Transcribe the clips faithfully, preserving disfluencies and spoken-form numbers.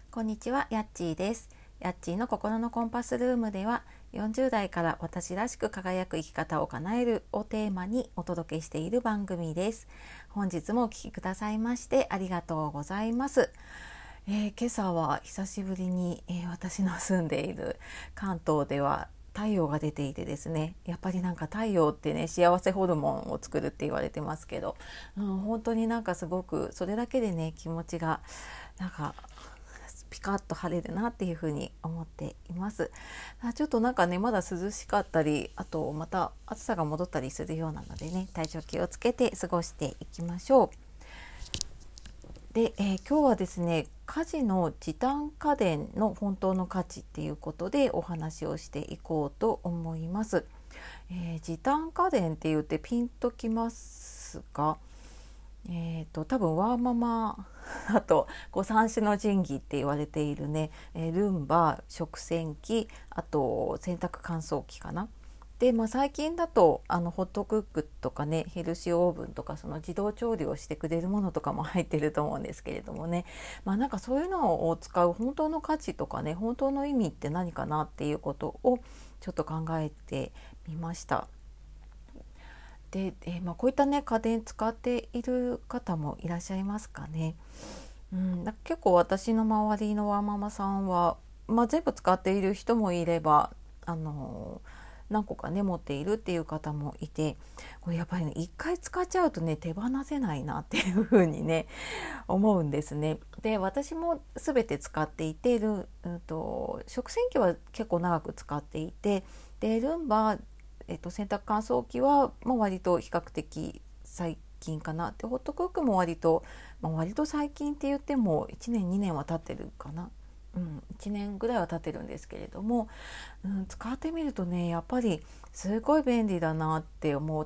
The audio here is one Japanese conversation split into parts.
こんにちは、やっちーです。やっちーの心のコンパスルームでは、よんじゅう代から私らしく輝く生き方を叶えるをテーマにお届けしている番組です。本日もお聞きくださいましてありがとうございます。えー、今朝は久しぶりに、えー、私の住んでいる関東では太陽が出ていてですね、やっぱりなんか太陽ってね、幸せホルモンを作るって言われてますけど、うん、本当になんかすごくそれだけでね、気持ちがなんかピカッと晴れるなっていうふうに思っています。ちょっとなんかね、まだ涼しかったり、あとまた暑さが戻ったりするようなのでね、体調気をつけて過ごしていきましょう。で、えー、今日はですね、家事の時短家電の本当の価値っていうことでお話をしていこうと思います。えー、時短家電って言ってピンときますが、えーと、多分ワーママあとこう三種の神器って言われているね、えー、ルンバ、食洗機、あと洗濯乾燥機かな。で、まあ、最近だとあのホットクックとかね、ヘルシーオーブンとか、その自動調理をしてくれるものとかも入ってると思うんですけれどもね、まあ、なんかそういうのを使う本当の価値とかね、本当の意味って何かなっていうことをちょっと考えてみました。で、えーまあ、こういったね、家電使っている方もいらっしゃいますかね。うん、だ結構私の周りのワーママさんは、まあ、全部使っている人もいれば、あのー何個かね持っているっていう方もいて、これやっぱりね、一回使っちゃうとね、手放せないなっていう風にね思うんですね。で、私も全て使っていて、ル、うんと、食洗機は結構長く使っていて、でルンバ、えっと、洗濯乾燥機は、まあ、割と比較的最近かなって、ホットクックも割と、まあ、割と最近って言ってもいちねんにねんは経ってるかな、うん、いちねんぐらいは経ってるんですけれども、うん、使ってみるとね、やっぱりすごい便利だなって思って、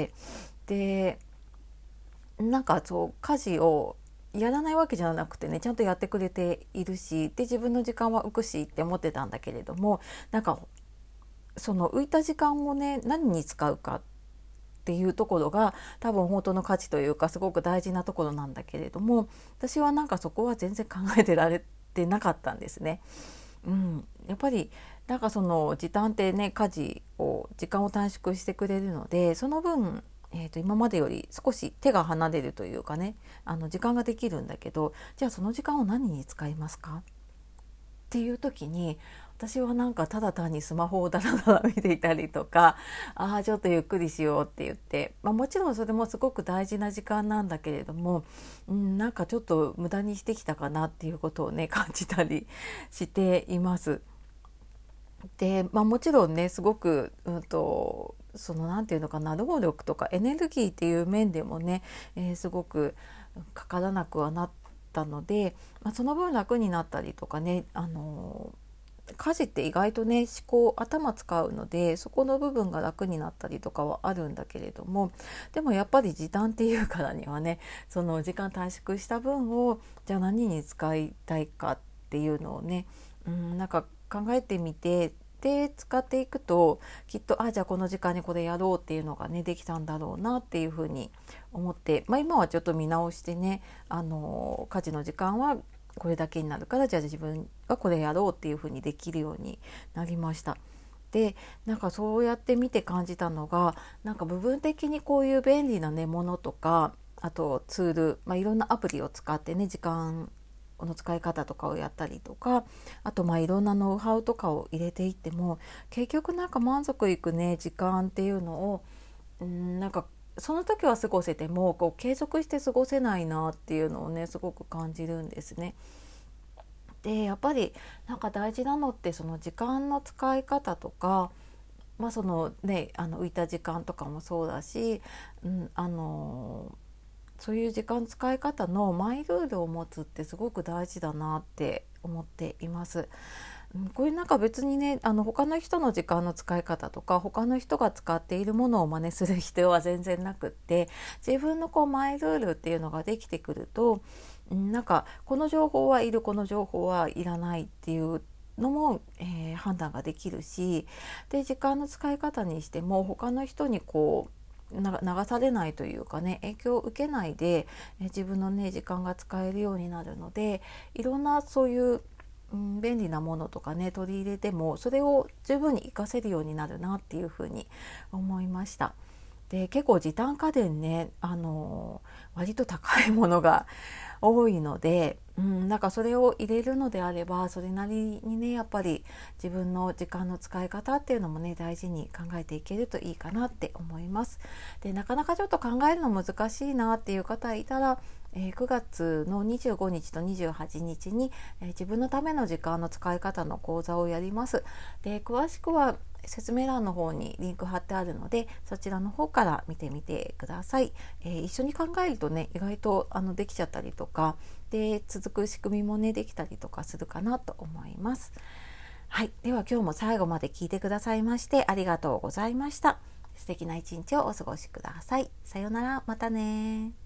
でなんかそう家事をやらないわけじゃなくてね、ちゃんとやってくれているし、で自分の時間は浮くしって思ってたんだけれども、なんかその浮いた時間をね、何に使うかっていうところが多分本当の価値というか、すごく大事なところなんだけれども、私はなんかそこは全然考えてられてなかったんですね。うん、やっぱりなんかその時短ってね、家事を時間を短縮してくれるので、その分、えー、と今までより少し手が離れるというかね、あの時間ができるんだけど、じゃあその時間を何に使いますかっていう時に、私はなんかただ単にスマホをダラダラ見ていたりとか、ああちょっとゆっくりしようって言って、まあ、もちろんそれもすごく大事な時間なんだけれども、うん、なんかちょっと無駄にしてきたかなっていうことをね、感じたりしています。で、まあ、もちろんね、すごく、うんと、そのなんていうのかな、労力とかエネルギーっていう面でもね、えーすごくかからなくはなったので、まあ、その分楽になったりとかね、あの家事って意外とね、思考頭使うので、そこの部分が楽になったりとかはあるんだけれども、でもやっぱり時短っていうからにはね、その時間短縮した分をじゃあ何に使いたいかっていうのをね、うん、なんか考えてみて、で使っていくと、きっとあじゃあこの時間にこれやろうっていうのがね、できたんだろうなっていうふうに思って、まあ、今はちょっと見直してね、あの家事の時間はこれだけになるから、じゃあ自分はこれやろうっていうふうにできるようになりました。で、なんかそうやって見て感じたのが、なんか部分的にこういう便利なね、ものとか、あとツール、まあ、いろんなアプリを使ってね、時間の使い方とかをやったりとか、あとまあいろんなノウハウとかを入れていっても、結局なんか満足いくね、時間っていうのを、うん、なんかその時は過ごせても、こう継続して過ごせないなっていうのをね、すごく感じるんですね。で、やっぱりなんか大事なのって、その時間の使い方とか、まあそのね、あの浮いた時間とかもそうだし、うん、あのそういう時間使い方のマイルールを持つってすごく大事だなって思っています。うん、これなんか別にね、あの他の人の時間の使い方とか、他の人が使っているものを真似する必要は全然なくって、自分のこうマイルールっていうのができてくると、うん、なんかこの情報はいる、この情報はいらないっていうのも、えー判断ができるし、で時間の使い方にしても他の人にこうな流されないというかね、影響を受けないでえ自分のね時間が使えるようになるので、いろんなそういううん、便利なものとかね取り入れてもそれを十分に活かせるようになるなっていうふうに思いました。で結構時短家電ね、あの割と高いものが多いので、うん、なんかそれを入れるのであればそれなりにねやっぱり自分の時間の使い方っていうのもね大事に考えていけるといいかなって思います。でなかなかちょっと考えるの難しいなっていう方いたら、えー、くがつのにじゅうごにちとにじゅうはちにちに、えー、自分のための時間の使い方の講座をやります。で詳しくは説明欄の方にリンク貼ってあるのでそちらの方から見てみてください。えー、一緒に考えるとね意外とあのできちゃったりとかで続く仕組みもねできたりとかするかなと思います。はい、では今日も最後まで聞いてくださいましてありがとうございました。素敵な一日をお過ごしください。さようなら、またね。